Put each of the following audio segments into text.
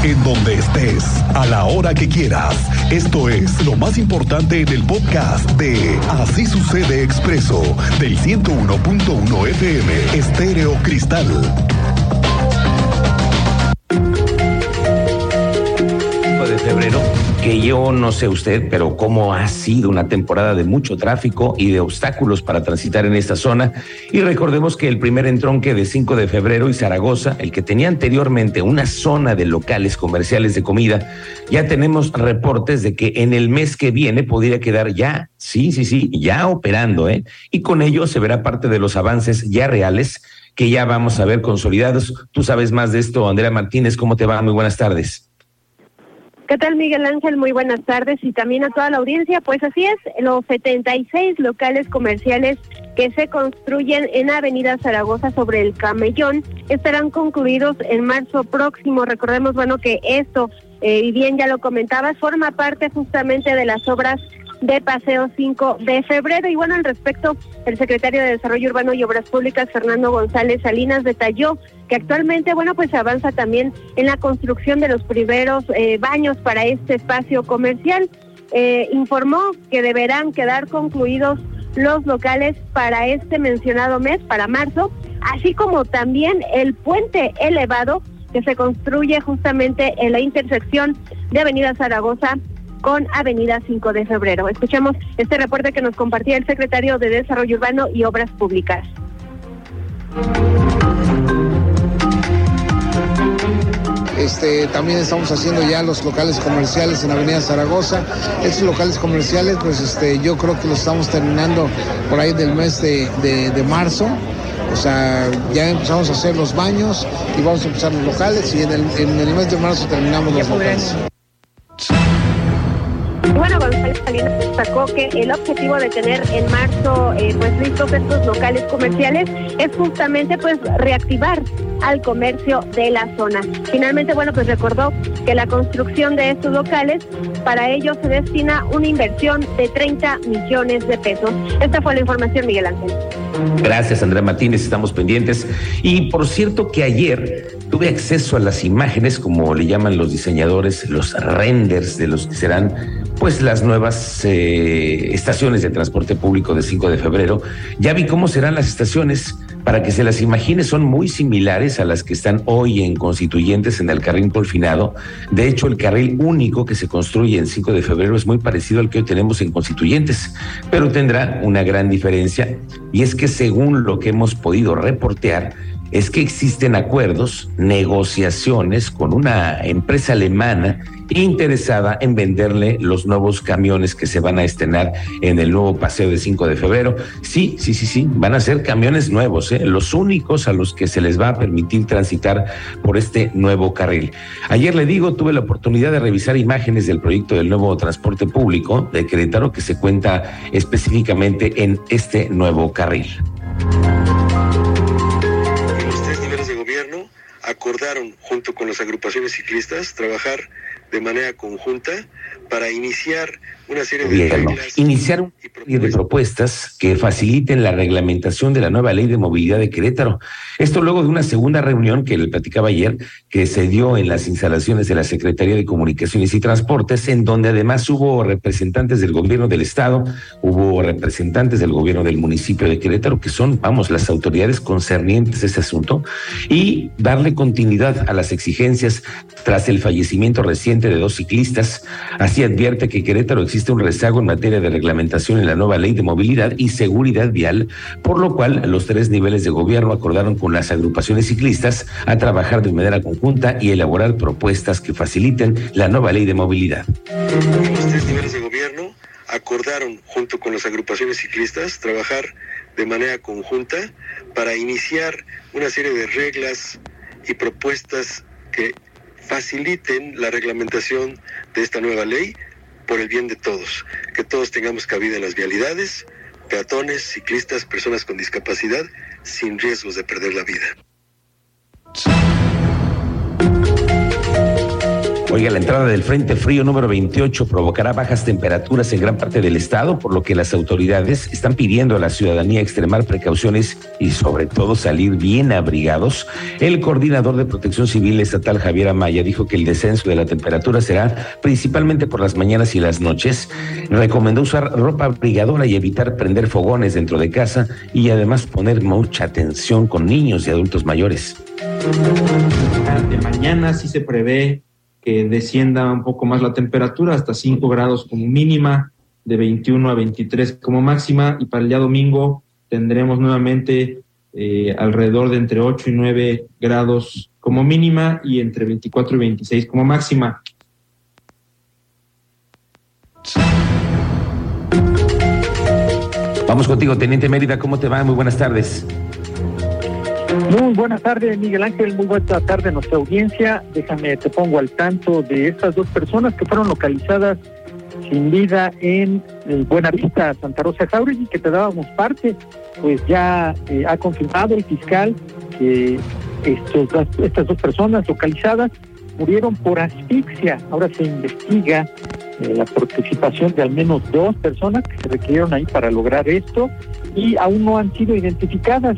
en donde estés, a la hora que quieras. Esto es lo más importante en el podcast de Así Sucede Expreso, del 101.1 FM, Estéreo Cristal. De febrero, que yo no sé usted, pero cómo ha sido una temporada de mucho tráfico y de obstáculos para transitar en esta zona. Y recordemos que el primer entronque de 5 de febrero y Zaragoza, el que tenía anteriormente una zona de locales comerciales de comida, ya tenemos reportes de que en el mes que viene podría quedar ya, ya operando, y con ello se verá parte de los avances ya reales que ya vamos a ver consolidados. Tú sabes más de esto, Andrea Martínez, ¿cómo te va? Muy buenas tardes. ¿Qué tal, Miguel Ángel? Muy buenas tardes y también a toda la audiencia. Pues así es, los 76 locales comerciales que se construyen en Avenida Zaragoza sobre el Camellón estarán concluidos en marzo próximo. Recordemos, que esto, y bien ya lo comentabas, forma parte justamente de las obras de Paseo 5 de febrero. Y al respecto, el secretario de Desarrollo Urbano y Obras Públicas, Fernando González Salinas, detalló que actualmente, se avanza también en la construcción de los primeros baños para este espacio comercial. Informó que deberán quedar concluidos los locales para este mencionado mes, para marzo, así como también el puente elevado que se construye justamente en la intersección de Avenida Zaragoza con Avenida 5 de febrero. Escuchemos este reporte que nos compartía el secretario de Desarrollo Urbano y Obras Públicas. También estamos haciendo ya los locales comerciales en Avenida Zaragoza. Estos locales comerciales, yo creo que los estamos terminando por ahí del mes de marzo. O sea, ya empezamos a hacer los baños y vamos a empezar los locales y en el mes de marzo terminamos los locales. González Salinas destacó que el objetivo de tener en marzo listos estos locales comerciales es justamente reactivar al comercio de la zona. Finalmente, recordó que la construcción de estos locales, para ello se destina una inversión de 30 millones de pesos. Esta fue la información, Miguel Ángel. Gracias, Andrea Martínez, estamos pendientes. Y por cierto que ayer tuve acceso a las imágenes, como le llaman los diseñadores, los renders de los que serán las nuevas estaciones de transporte público de 5 de febrero. Ya vi cómo serán las estaciones. Para que se las imagine, son muy similares a las que están hoy en Constituyentes en el carril Confinado. De hecho, el carril único que se construye en 5 de febrero es muy parecido al que hoy tenemos en Constituyentes, pero tendrá una gran diferencia, y es que según lo que hemos podido reportear, es que existen acuerdos, negociaciones con una empresa alemana interesada en venderle los nuevos camiones que se van a estrenar en el nuevo paseo de 5 de febrero. Sí, van a ser camiones nuevos, los únicos a los que se les va a permitir transitar por este nuevo carril. Ayer tuve la oportunidad de revisar imágenes del proyecto del nuevo transporte público de Querétaro, que se cuenta específicamente en este nuevo carril. Acordaron, junto con las agrupaciones ciclistas, trabajar de manera conjunta para iniciar una serie de reglas. Iniciar una serie de propuestas que faciliten la reglamentación de la nueva ley de movilidad de Querétaro. Esto luego de una segunda reunión que le platicaba ayer, que se dio en las instalaciones de la Secretaría de Comunicaciones y Transportes, en donde además hubo representantes del gobierno del estado, hubo representantes del gobierno del municipio de Querétaro, que son, las autoridades concernientes a este asunto, y darle continuidad a las exigencias tras el fallecimiento reciente de 2 ciclistas. Así advierte que Querétaro existe un rezago en materia de reglamentación en la nueva ley de movilidad y seguridad vial, por lo cual los 3 niveles de gobierno acordaron con las agrupaciones ciclistas a trabajar de manera conjunta y elaborar propuestas que faciliten la nueva ley de movilidad. Los 3 niveles de gobierno acordaron, junto con las agrupaciones ciclistas, trabajar de manera conjunta para iniciar una serie de reglas y propuestas que faciliten la reglamentación de esta nueva ley por el bien de todos, que todos tengamos cabida en las vialidades, peatones, ciclistas, personas con discapacidad, sin riesgos de perder la vida. Oiga, la entrada del Frente Frío número 28 provocará bajas temperaturas en gran parte del estado, por lo que las autoridades están pidiendo a la ciudadanía extremar precauciones y sobre todo salir bien abrigados. El coordinador de Protección Civil estatal, Javier Amaya, dijo que el descenso de la temperatura será principalmente por las mañanas y las noches. Recomendó usar ropa abrigadora y evitar prender fogones dentro de casa y además poner mucha atención con niños y adultos mayores. De mañana sí se prevé que descienda un poco más la temperatura, hasta 5 grados como mínima, de 21 a 23 como máxima, y para el día domingo tendremos nuevamente alrededor de entre 8 y 9 grados como mínima y entre 24 y 26 como máxima. Vamos contigo, Teniente Mérida, ¿cómo te va? Muy buenas tardes. Muy buenas tardes, Miguel Ángel, muy buena tarde a nuestra audiencia. Déjame, te pongo al tanto de estas dos personas que fueron localizadas sin vida en Buenavista, Santa Rosa de Jáuregui, que te dábamos parte. Pues ya ha confirmado el fiscal que estas dos personas localizadas murieron por asfixia. Ahora se investiga la participación de al menos 2 personas que se requirieron ahí para lograr esto y aún no han sido identificadas.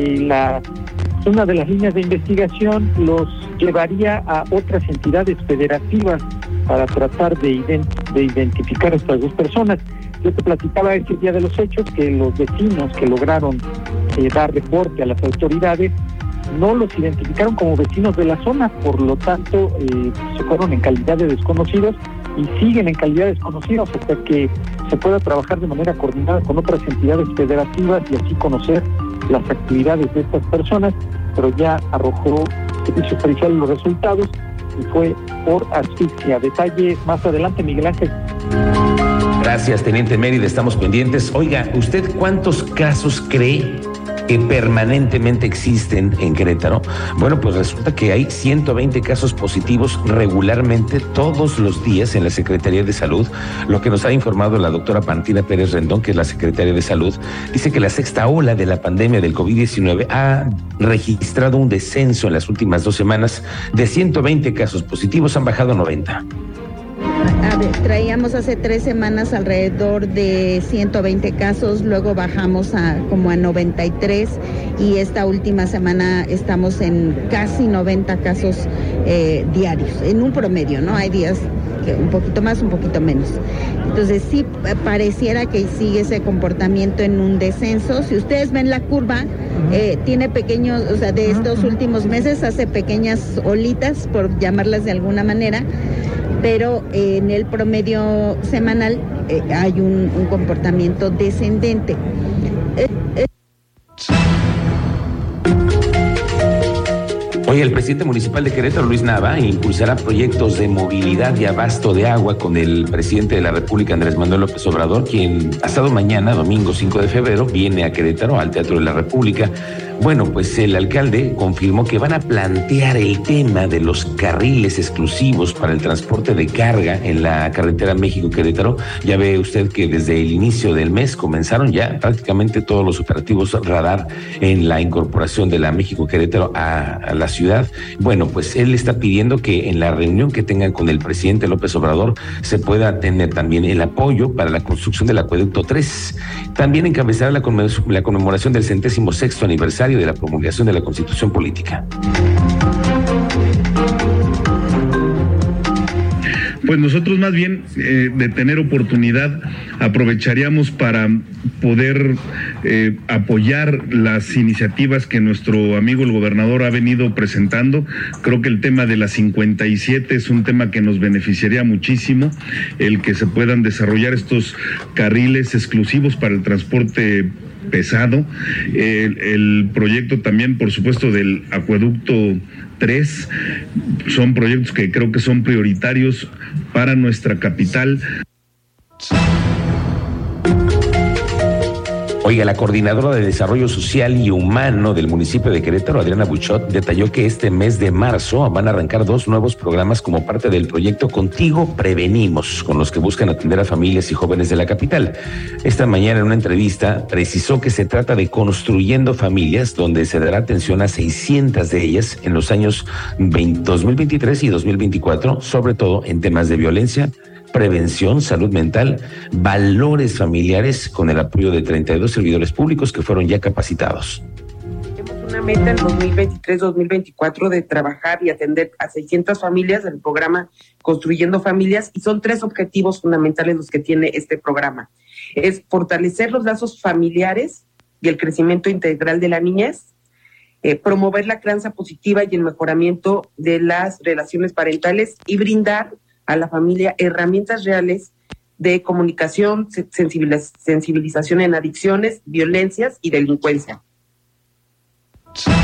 Una de las líneas de investigación los llevaría a otras entidades federativas para tratar de identificar a estas 2 personas. Yo te platicaba ese día de los hechos que los vecinos que lograron dar reporte a las autoridades no los identificaron como vecinos de la zona, por lo tanto se fueron en calidad de desconocidos y siguen en calidad de desconocidos hasta que se pueda trabajar de manera coordinada con otras entidades federativas y así conocer las actividades de estas personas, pero ya arrojó el servicio pericial los resultados y fue por asfixia. Detalles más adelante, Miguel Ángel. Gracias, Teniente Mérida, estamos pendientes. Oiga, ¿usted cuántos casos cree que permanentemente existen en Querétaro? Bueno, pues resulta que hay 120 casos positivos regularmente todos los días en la Secretaría de Salud. Lo que nos ha informado la doctora Pantina Pérez Rendón, que es la secretaria de Salud, dice que la sexta ola de la pandemia del COVID-19 ha registrado un descenso en las últimas 2 semanas. De 120 casos positivos han bajado a 90. A ver, traíamos hace 3 semanas alrededor de 120 casos, luego bajamos como a 93 y esta última semana estamos en casi 90 casos diarios, en un promedio, ¿no? Hay días que un poquito más, un poquito menos. Entonces sí pareciera que sigue ese comportamiento en un descenso. Si ustedes ven la curva, tiene pequeños, o sea, de estos últimos meses hace pequeñas olitas, por llamarlas de alguna manera, pero en el promedio semanal hay un comportamiento descendente. Hoy el presidente municipal de Querétaro, Luis Nava, impulsará proyectos de movilidad y abasto de agua con el presidente de la República, Andrés Manuel López Obrador, quien pasado mañana, domingo 5 de febrero, viene a Querétaro, al Teatro de la República. Bueno, pues el alcalde confirmó que van a plantear el tema de los carriles exclusivos para el transporte de carga en la carretera México-Querétaro. Ya ve usted que desde el inicio del mes comenzaron ya prácticamente todos los operativos radar en la incorporación de la México-Querétaro a la ciudad. Bueno, pues él está pidiendo que en la reunión que tengan con el presidente López Obrador se pueda tener también el apoyo para la construcción del acueducto 3. También encabezará la conmemoración del 106º aniversario de la promulgación de la Constitución Política. Pues nosotros más bien de tener oportunidad aprovecharíamos para poder apoyar las iniciativas que nuestro amigo el gobernador ha venido presentando. Creo que el tema de la 57 es un tema que nos beneficiaría muchísimo, el que se puedan desarrollar estos carriles exclusivos para el transporte pesado, el proyecto también, por supuesto, del acueducto 3, son proyectos que creo que son prioritarios para nuestra capital. Oiga, la coordinadora de Desarrollo Social y Humano del municipio de Querétaro, Adriana Buchot, detalló que este mes de marzo van a arrancar 2 nuevos programas como parte del proyecto Contigo Prevenimos, con los que buscan atender a familias y jóvenes de la capital. Esta mañana en una entrevista precisó que se trata de Construyendo Familias, donde se dará atención a 600 de ellas en los años 2023 y 2024, sobre todo en temas de violencia, prevención, salud mental, valores familiares, con el apoyo de 32 servidores públicos que fueron ya capacitados. Tenemos una meta en 2023-2024 de trabajar y atender a 600 familias del programa Construyendo Familias, y son 3 objetivos fundamentales los que tiene este programa. Es fortalecer los lazos familiares y el crecimiento integral de la niñez, promover la crianza positiva y el mejoramiento de las relaciones parentales y brindar a la familia herramientas reales de comunicación, sensibilización en adicciones, violencias y delincuencia.